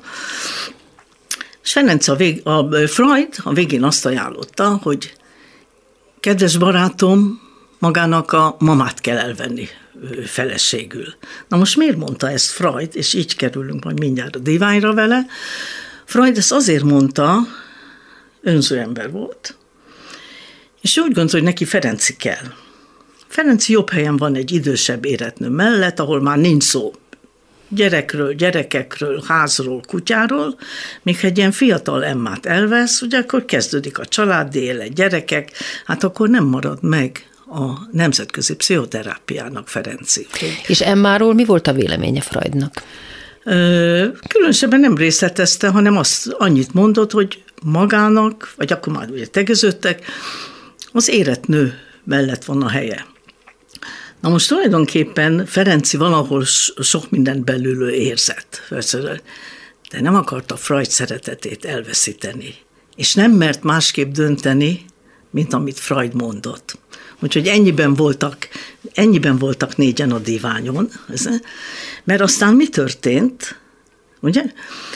És Ferenc a, vég, a Freud a végén azt ajánlotta, hogy kedves barátom, magának a mamát kell elvenni feleségül. Na most miért mondta ezt Freud, és így kerülünk majd mindjárt a diványra vele? Freud ezt azért mondta, önző ember volt, és úgy gondolta, hogy neki Ferenci kell. Ferenci jobb helyen van egy idősebb éretnő mellett, ahol már nincs szó gyerekről, gyerekekről, házról, kutyáról, míg egy ilyen fiatal Emmát elvesz, ugye akkor kezdődik a családi élet, gyerekek, hát akkor nem marad meg a nemzetközi pszichoterápiának, Ferenci. És Emmáról mi volt a véleménye Freudnak? Különösebben nem részletezte, hanem azt annyit mondott, hogy magának, vagy akkor már ugye tegeződtek, az érett nő mellett van a helye. Na most tulajdonképpen Ferenci valahol sok mindent belül érzett, de nem akarta Freud szeretetét elveszíteni, és nem mert másképp dönteni, mint amit Freud mondott. Úgyhogy ennyiben voltak, ennyiben voltak négyen a diványon, mert aztán mi történt, ugye?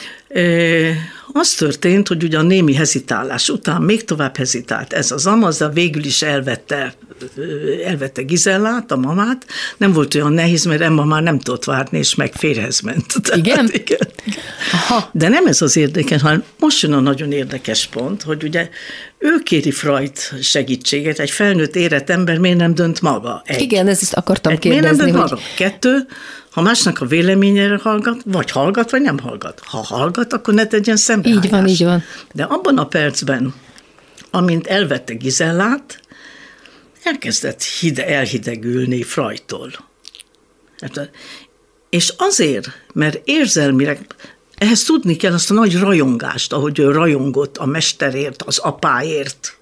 Az történt, hogy ugye a némi hezitálás után még tovább hezitált ez az amaz, de végül is elvette, elvette Gizellát, a mamát. Nem volt olyan nehéz, mert Emma már nem tudott várni, és meg férjhez ment. Igen? igen. Aha. De nem ez az érdekes, hanem most jön a nagyon érdekes pont, hogy ugye ő kéri Freud segítséget, egy felnőtt érett ember miért nem dönt maga? Egy. Igen, ezt akartam egy, kérdezni. Miért nem dönt hogy... maga? Kettő, ha másnak a véleményére hallgat, vagy hallgat, vagy nem hallgat. Ha hallgat, akkor ne tegyen szembeállás. Így van, így van. De abban a percben, amint elvette Gizellát, elkezdett hide, elhidegülni Freudtól. És azért, mert érzelmileg, ehhez tudni kell azt a nagy rajongást, ahogy ő rajongott a mesterért, az apáért.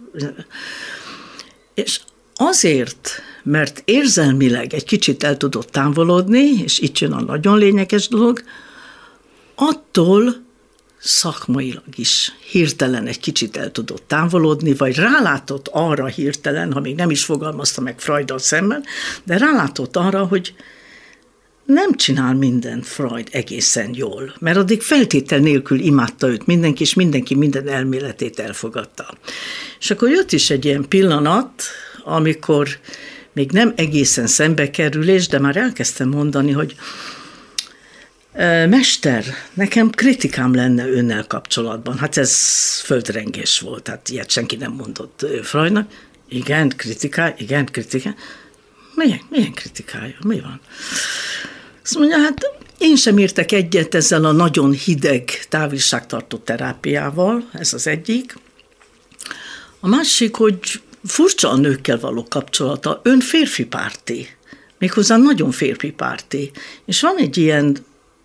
És azért, mert érzelmileg egy kicsit el tudott távolodni, és itt jön a nagyon lényeges dolog, attól szakmailag is hirtelen egy kicsit el tudott távolodni, vagy rálátott arra hirtelen, ha még nem is fogalmazta meg Freuddal szemben, de rálátott arra, hogy nem csinál mindent Freud egészen jól, mert addig feltétel nélkül imádta őt mindenki, és mindenki minden elméletét elfogadta. És akkor jött is egy ilyen pillanat, amikor még nem egészen szembekerülés, de már elkezdtem mondani, hogy mester, nekem kritikám lenne önnel kapcsolatban. Hát ez földrengés volt, hát ilyet senki nem mondott Freudnak. Igen, kritiká, igen, kritika. Milyen, milyen kritikája? Mi van? Azt mondja, hát én sem értek egyet ezzel a nagyon hideg távolságtartó terápiával, ez az egyik. A másik, hogy furcsa a nőkkel való kapcsolata, ön férfi párti, méghozzá nagyon férfi párti. És van egy ilyen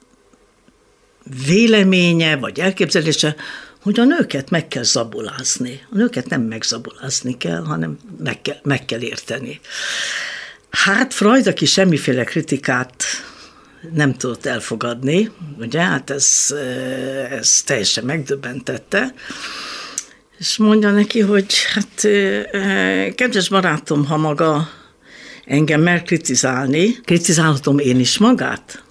véleménye, vagy elképzelése, hogy a nőket meg kell zabolázni. A nőket nem megzabolázni kell, hanem meg kell, meg kell érteni. Hát Freud, aki semmiféle kritikát nem tudott elfogadni, ugye, hát ez, ez teljesen megdöbbentette, és mondja neki, hogy hát kedves barátom, ha maga engem mer kritizálni, kritizálhatom én is magát?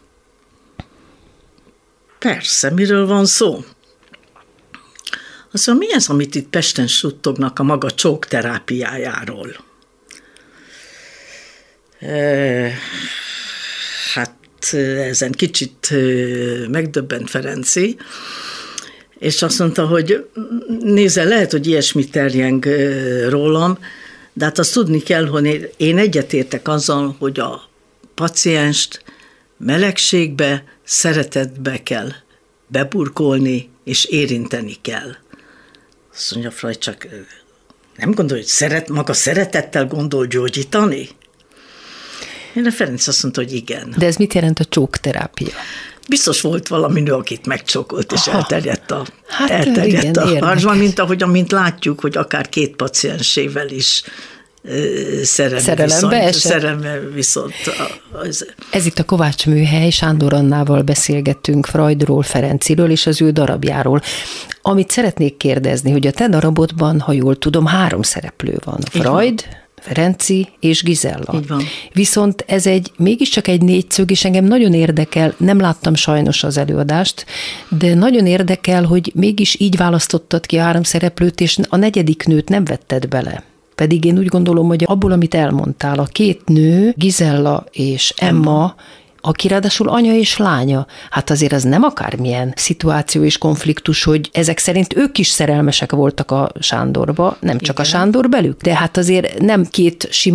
Persze, miről van szó? Azt mondja, mi ez, amit itt Pesten suttognak a maga csók terápiájáról? E, hát ezen kicsit megdöbbent Ferenci, és azt mondta, hogy nézze, lehet, hogy ilyesmi terjeng rólam, de hát azt tudni kell, hogy én egyetértek azzal, hogy a pacienst melegségbe, szeretetbe kell beburkolni, és érinteni kell. Azt mondja Freud, csak nem gondolja, hogy szeret, maga szeretettel gondol gyógyítani? Én a Ferenc azt mondta, hogy igen. De ez mit jelent a csókterápia? Biztos volt valami nő, akit megcsókolt, és Aha. elterjedt a, hát, elterjedt igen, a harcban, mint ahogy amint látjuk, hogy akár két paciensével is szerelme viszont. Szerelme viszont az... Ez itt a Kovács Műhely, Sándor Annával beszélgettünk Freudról, Ferenciről és az ő darabjáról. Amit szeretnék kérdezni, hogy a te darabodban, ha jól tudom, három szereplő van. Freud, Ferenci és Gizella. Így van. Viszont ez egy, mégiscsak egy négyszög, és engem nagyon érdekel, nem láttam sajnos az előadást, de nagyon érdekel, hogy mégis így választottad ki a három szereplőt, és a negyedik nőt nem vetted bele. Pedig én úgy gondolom, hogy abból, amit elmondtál, a két nő, Gizella és Emma, aki ráadásul anya és lánya, hát azért az nem akármilyen szituáció és konfliktus, hogy ezek szerint ők is szerelmesek voltak a Sándorba, nem csak Igen. a Sándor belük, de hát azért nem két sima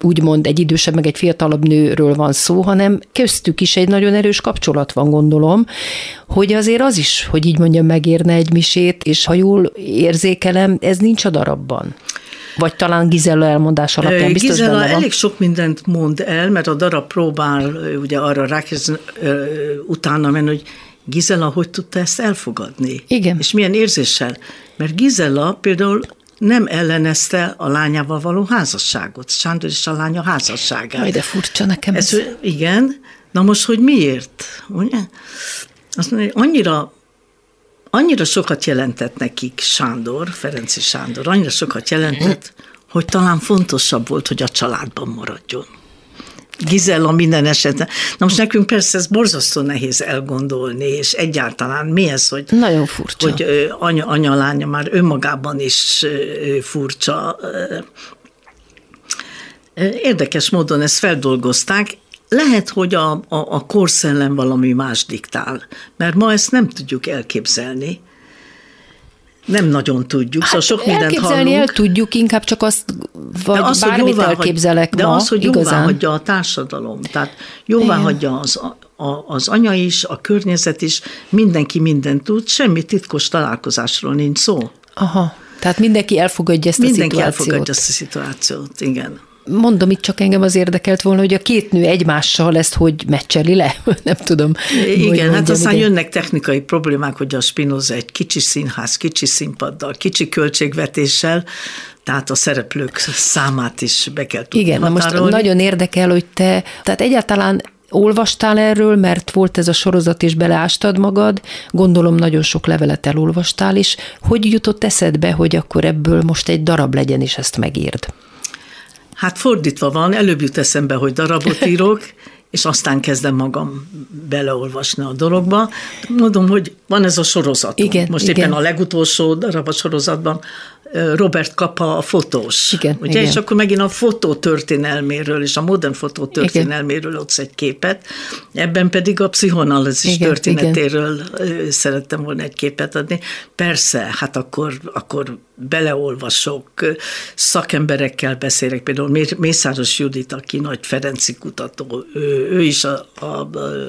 úgymond egy idősebb, meg egy fiatalabb nőről van szó, hanem köztük is egy nagyon erős kapcsolat van, gondolom, hogy azért az is, hogy így mondjam, megérne egy misét, és ha jól érzékelem, ez nincs a darabban. Vagy talán Gizella elmondás alapján biztos Gizella benne van. elég sok mindent mond el, mert a darab próbál ugye arra rákérdezni, utána menni, hogy Gizella hogy tudta ezt elfogadni? Igen. És milyen érzéssel? Mert Gizella például nem ellenezte a lányával való házasságot, Sándor és a lánya házasságát. Jaj, de furcsa nekem ez. ez. Igen, na most, hogy miért? Ugye? Azt mondja, hogy annyira, annyira sokat jelentett nekik Sándor, Ferenczy Sándor, annyira sokat jelentett, hogy talán fontosabb volt, hogy a családban maradjon. Gizella minden esetben. Na most nekünk persze ez borzasztó nehéz elgondolni, és egyáltalán mi ez, hogy, nagyon furcsa. hogy anya, anya lánya már önmagában is furcsa. Érdekes módon ezt feldolgozták. Lehet, hogy a, a, a korszellem valami más diktál, mert ma ezt nem tudjuk elképzelni. Nem nagyon tudjuk, hát szóval sok mindent elképzelni hallunk. el tudjuk, inkább csak azt, vagy az, bármit elképzelek de ma, az, hogy igazán. jóvá hagyja a társadalom, tehát jóvá hagyja az, a, az anya is, a környezet is, mindenki mindent tud, semmi titkos találkozásról nincs szó. Aha, tehát mindenki elfogadja ezt mindenki a szituációt. Mindenki elfogadja ezt a szituációt, igen. Mondom, itt csak engem az érdekelt volna, hogy a két nő egymással ezt hogy meccseli le, nem tudom. Igen, hát aztán ide. Jönnek technikai problémák, hogy a Spinoza egy kicsi színház, kicsi színpaddal, kicsi költségvetéssel, tehát a szereplők számát is be kell tudni Igen, határolni. Na most nagyon érdekel, hogy te, tehát egyáltalán olvastál erről, mert volt ez a sorozat, és beleástad magad, gondolom nagyon sok levelet elolvastál is. Hogy jutott eszedbe, hogy akkor ebből most egy darab legyen, és ezt megírd? Hát fordítva van, előbb jut eszembe, hogy darabot írok, és aztán kezdem magam beleolvasni a dologba. Mondom, hogy van ez a sorozatunk. Igen, Most igen. éppen a legutolsó darab a sorozatban Robert Capa a fotós. Igen, ugye? igen. És akkor megint a fotó történelméről és a modern fotó történelméről adsz egy képet. Ebben pedig a pszichoanalízis igen, történetéről igen. szerettem volna egy képet adni. Persze, hát akkor, akkor beleolvasok, szakemberekkel beszélek, például Mészáros Judit, aki nagy ferenczy kutató, ő, ő is a, a, a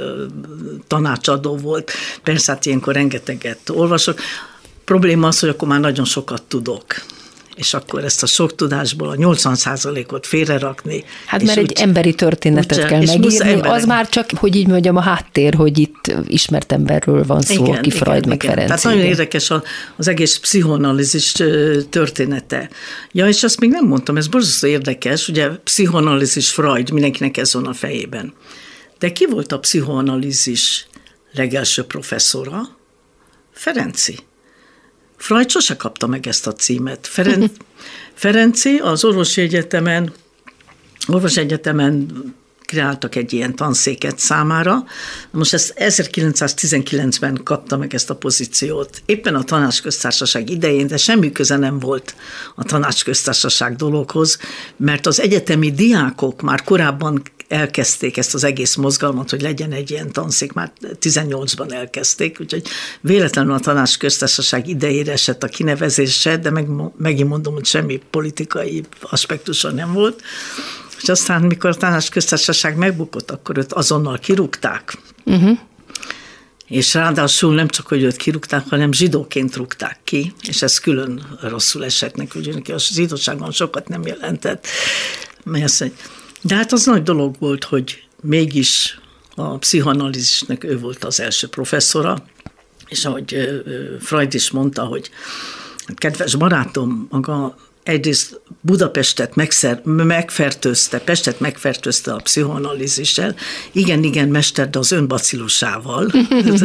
tanácsadó volt. Persze, hát ilyenkor rengeteget olvasok. Probléma az, hogy akkor már nagyon sokat tudok, és akkor ezt a sok tudásból a nyolcvan százalékot félrerakni. Hát mert egy emberi történetet úgy, kell megírni, az már csak, hogy így mondjam, a háttér, hogy itt ismert emberről van szó, igen, aki Freud igen, meg igen. Ferenczy. Tehát nagyon érdekes az egész pszichoanalízis története. Ja, és azt még nem mondtam, ez borzasztó érdekes, ugye pszichoanalízis Freud, mindenkinek ez van a fejében. De ki volt a pszichoanalízis legelső professzora? Ferenczy. Freud sose kapta meg ezt a címet. Feren- Ferenczy az orvosi egyetemen, orvosi egyetemen kreáltak egy ilyen tanszéket számára. Most ezt ezerkilencszáztizenkilencben kapta meg ezt a pozíciót. Éppen a Tanácsköztársaság idején, de semmi köze nem volt a Tanácsköztársaság dologhoz, mert az egyetemi diákok már korábban elkezdték ezt az egész mozgalmat, hogy legyen egy ilyen tanszék, már tizennyolcban elkezdték, úgyhogy véletlenül a Tanácsköztársaság idejére esett a kinevezése, de meg, megint mondom, hogy semmi politikai aspektusa nem volt. És aztán, mikor a Tanácsköztársaság megbukott, akkor őt azonnal kirúgták. Uh-huh. És ráadásul nem csak, hogy őt kirúgták, hanem zsidóként rúgták ki, és ez külön rosszul esett neki, hogy neki a zsidóságon sokat nem jelentett. De hát az nagy dolog volt, hogy mégis a pszichoanalízisnek ő volt az első professzora, és ahogy Freud is mondta, hogy kedves barátom, maga egyrészt Budapestet megszer, megfertőzte, Pestet megfertőzte a pszichoanalízissel, igen, igen, mester, de az önbacillusával.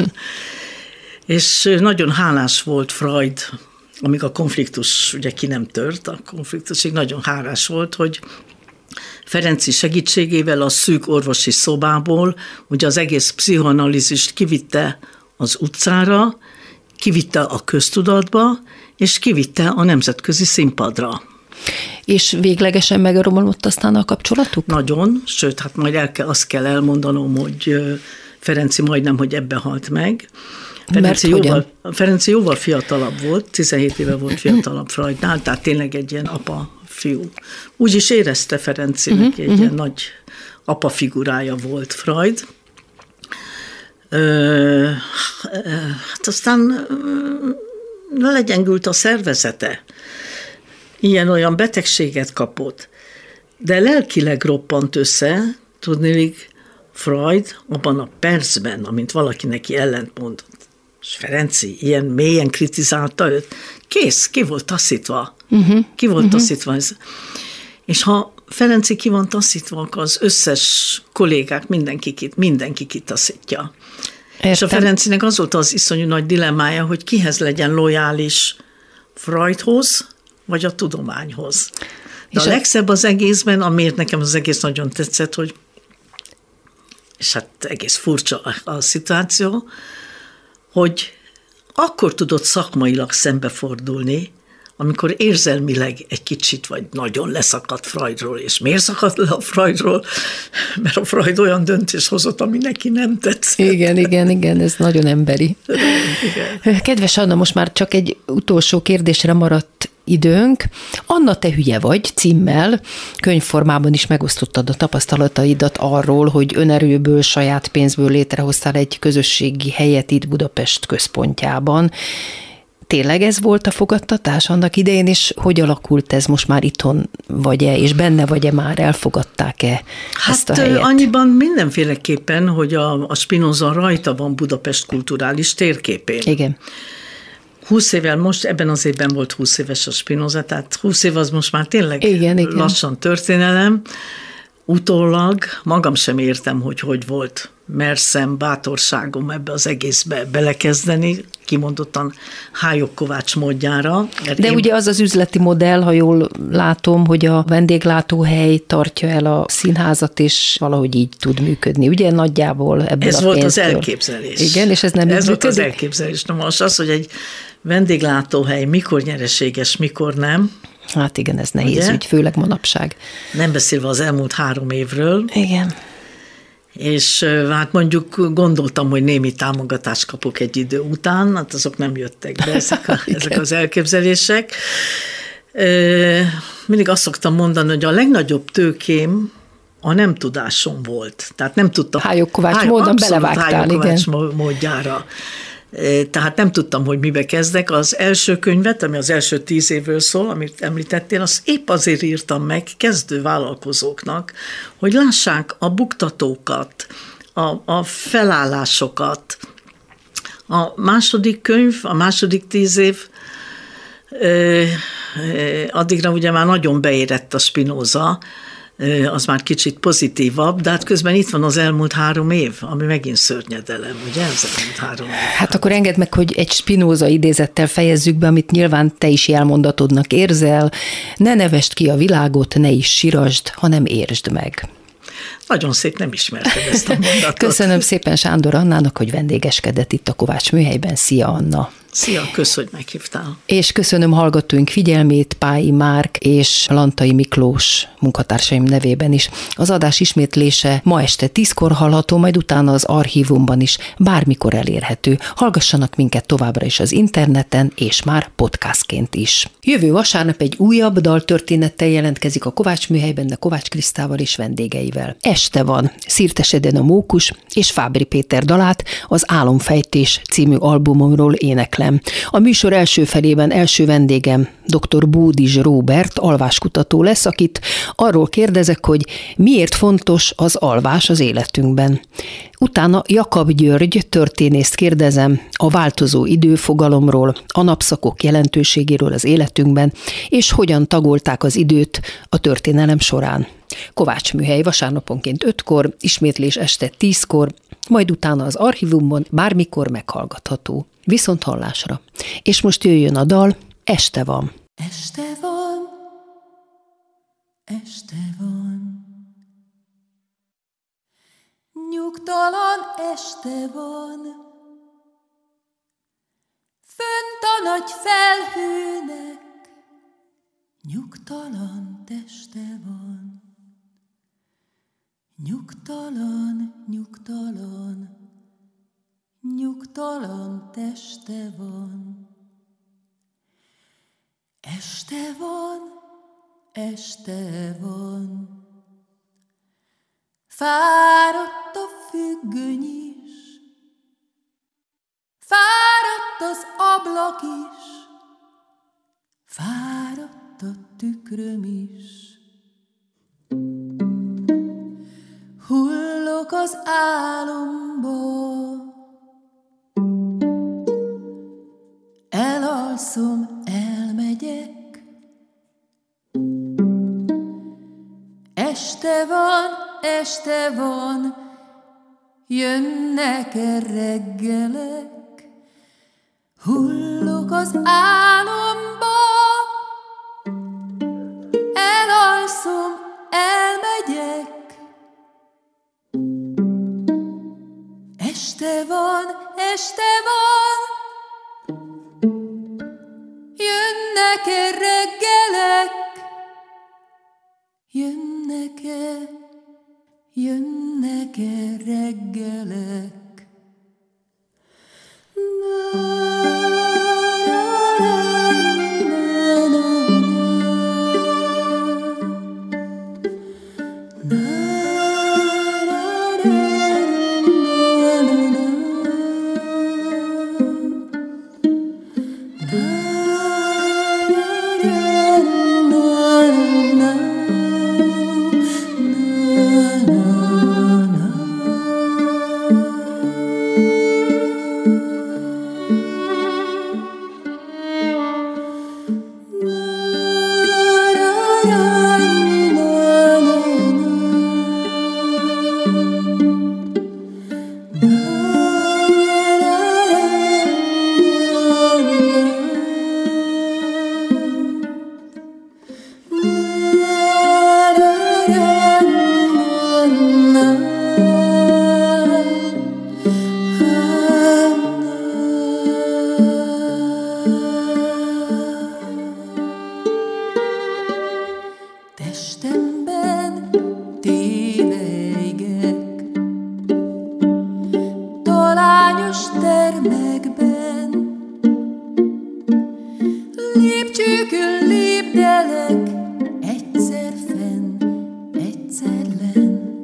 És nagyon hálás volt Freud, amíg a konfliktus ugye ki nem tört, a konfliktusig nagyon hálás volt, hogy Ferenczy segítségével a szűk orvosi szobából ugye az egész pszichoanalízist kivitte az utcára, kivitte a köztudatba, és kivitte a nemzetközi színpadra. És véglegesen megromlott aztán a kapcsolatuk? Nagyon, sőt, hát majd el kell, azt kell elmondanom, hogy Ferenczy majdnem, hogy ebbe halt meg. Ferenczy jóval, Ferenczy jóval fiatalabb volt, tizenhét éve volt fiatalabb Freudnál, tehát tényleg egy ilyen apa fiú. Úgy is érezte Ferencinek, uh-huh, egy uh-huh. ilyen nagy apa figurája volt Freud. Ö, hát aztán legyengült a szervezete. Ilyen-olyan betegséget kapott. De lelkileg roppant össze, tudnélik, Freud abban a percben, amint valaki neki ellentmondott, és Ferenci ilyen mélyen kritizálta őt, kész, ki volt taszítva. Uh-huh. Ki volt uh-huh. taszítva. És ha Ferenci ki van taszítva, akkor az összes kollégák, mindenki, mindenki kitaszítja. Értem. És a Ferencinek az volt az iszonyú nagy dilemmája, hogy kihez legyen lojális, Freudhoz, vagy a tudományhoz. De és a legszebb az egészben, amiért nekem az egész nagyon tetszett, hogy és hát egész furcsa a, a szituáció, hogy akkor tudod szakmailag szembefordulni, amikor érzelmileg egy kicsit vagy nagyon leszakadt Freudról, és miért szakadt le a Freudról? Mert a Freud olyan döntés hozott, ami neki nem tetszett. Igen, igen, igen, ez nagyon emberi. Igen. Kedves Anna, most már csak egy utolsó kérdésre maradt időnk. Anna, te hülye vagy címmel, könyvformában is megosztottad a tapasztalataidat arról, hogy önerőből, saját pénzből létrehoztál egy közösségi helyet itt Budapest központjában. Tényleg ez volt a fogadtatás annak idején, és hogy alakult ez most már itthon vagy-e, és benne vagy-e már, elfogadták-e hát ezt a helyet? Annyiban mindenféleképpen, hogy a, a Spinoza rajta van Budapest kulturális térképén. Igen. húsz évvel most, ebben az évben volt húsz éves a Spinoza, tehát húsz év az most már tényleg igen, lassan igen. történelem. Utólag magam sem értem, hogy hogy volt merszem, bátorságom ebbe az egészbe belekezdeni, kimondottan Hájok Kovács módjára. De én... ugye az az üzleti modell, ha jól látom, hogy a vendéglátóhely tartja el a színházat, és valahogy így tud működni. Ugye nagyjából ebből ez a volt pénzből. Az elképzelés. Igen, és ez nem Ez volt működik? Az elképzelés. Na most az, hogy egy vendéglátóhely mikor nyereséges, mikor nem. Hát igen, ez nehéz ugye? Ügy, főleg manapság. Nem beszélve az elmúlt három évről. Igen. És hát mondjuk gondoltam, hogy némi támogatást kapok egy idő után, hát azok nem jöttek be, ezek, a, ezek az elképzelések. Mindig azt szoktam mondani, hogy a legnagyobb tőkém a nem tudásom volt. Tehát nem tudtam. Hájok Kovács módon belevágtál, Hájok Kovács igen. módjára. Tehát nem tudtam, hogy mibe kezdek. Az első könyvet, ami az első tíz évről szól, amit említettél, azt épp azért írtam meg kezdő vállalkozóknak, hogy lássák a buktatókat, a, a felállásokat. A második könyv, a második tíz év, addigra ugye már nagyon beérett a Spinoza, az már kicsit pozitívabb, de hát közben itt van az elmúlt három év, ami megint szörnyedelem, ugye, az elmúlt három év. Hát akkor engedd meg, hogy egy Spinoza idézettel fejezzük be, amit nyilván te is jelmondatodnak érzel. Ne nevesd ki a világot, ne is sirasd, hanem értsd meg. Nagyon szép, nem ismertem ezt a mondatot. Köszönöm szépen Sándor Annának, hogy vendégeskedett itt a Kovács Műhelyben. Szia, Anna! Szia, kösz, hogy meghívtál. És köszönöm hallgatóink figyelmét Pályi Márk és Lantai Miklós munkatársaim nevében is. Az adás ismétlése ma este tízkor hallható, majd utána az archívumban is bármikor elérhető. Hallgassanak minket továbbra is az interneten, és már podcastként is. Jövő vasárnap egy újabb daltörténettel jelentkezik a Kovács Műhelyben, de Kovács Krisztával és vendégeivel. Este van, Szirteseden a mókus és Fábri Péter dalát, az Álomfejtés című albumomról éneklem. A műsor első felében első vendégem dr. Bódizs Róbert alváskutató lesz, akit arról kérdezek, hogy miért fontos az alvás az életünkben. Utána Jakab György történészt kérdezem a változó időfogalomról, a napszakok jelentőségéről az életünkben, és hogyan tagolták az időt a történelem során. Kovács Műhely vasárnaponként ötkor, ismétlés este tízkor, majd utána az archívumban bármikor meghallgatható. Viszont hallásra. És most jöjjön a dal, Este van. Este van, este van, nyugtalan este van, fönt a nagy felhőnek, nyugtalan teste van, nyugtalan, nyugtalan, nyugtalan teste van. Este van, este van. Fáradt a függöny is, fáradt az ablak is, fáradt a tükröm is. Hullok az álomba, elalszom, elmegyek. Este van, este van, jönnek-e reggelek? Hullok az álomba, elalszom, elmegyek. Este van, este van, jönnek-e reggelek? Jönnek-e, jönnek-e reggelek? Testemben tévejgek, talányos termekben, lépcsőkön lépdelek, egyszer fenn, egyszer len.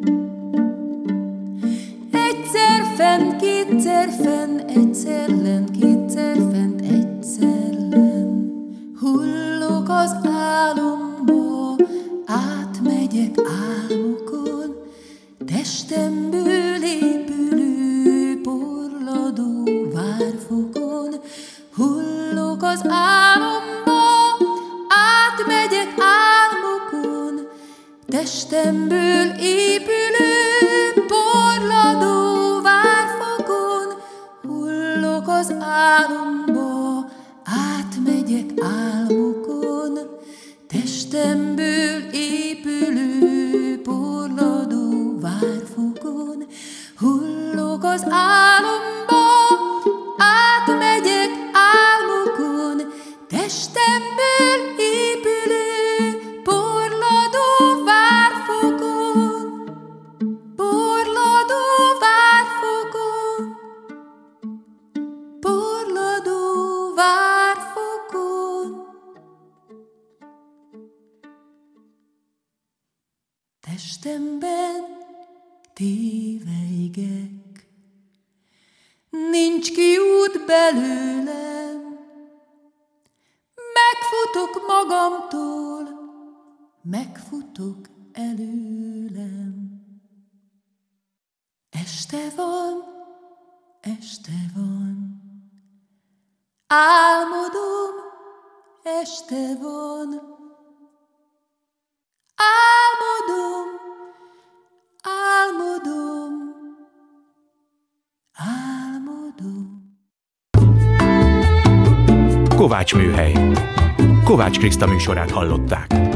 Egyszer fenn, kétszer fenn, egyszer len, kétszer fenn, egyszer len. Hullok az álomba, átmegyek álmokon, testemből épülő porladó várfokon. Hullok az álomba, átmegyek álmokon, testemből épülő porladó várfokon. Hullok az álomba, átmegyek álmokon, testemből épülő porladó várfokon. Hullok az álomba, átmegyek álmokon, testemből épülő porladó várfokon. Porladó várfokon, porladó várfokon. Testemben tévejgek, nincs kiút belőlem, megfutok magamtól, megfutok előlem. Este van, este van, álmodom, este van. Álmodom, álmodom, álmodom. Kovács Műhely. Kovács Kriszta műsorát hallották.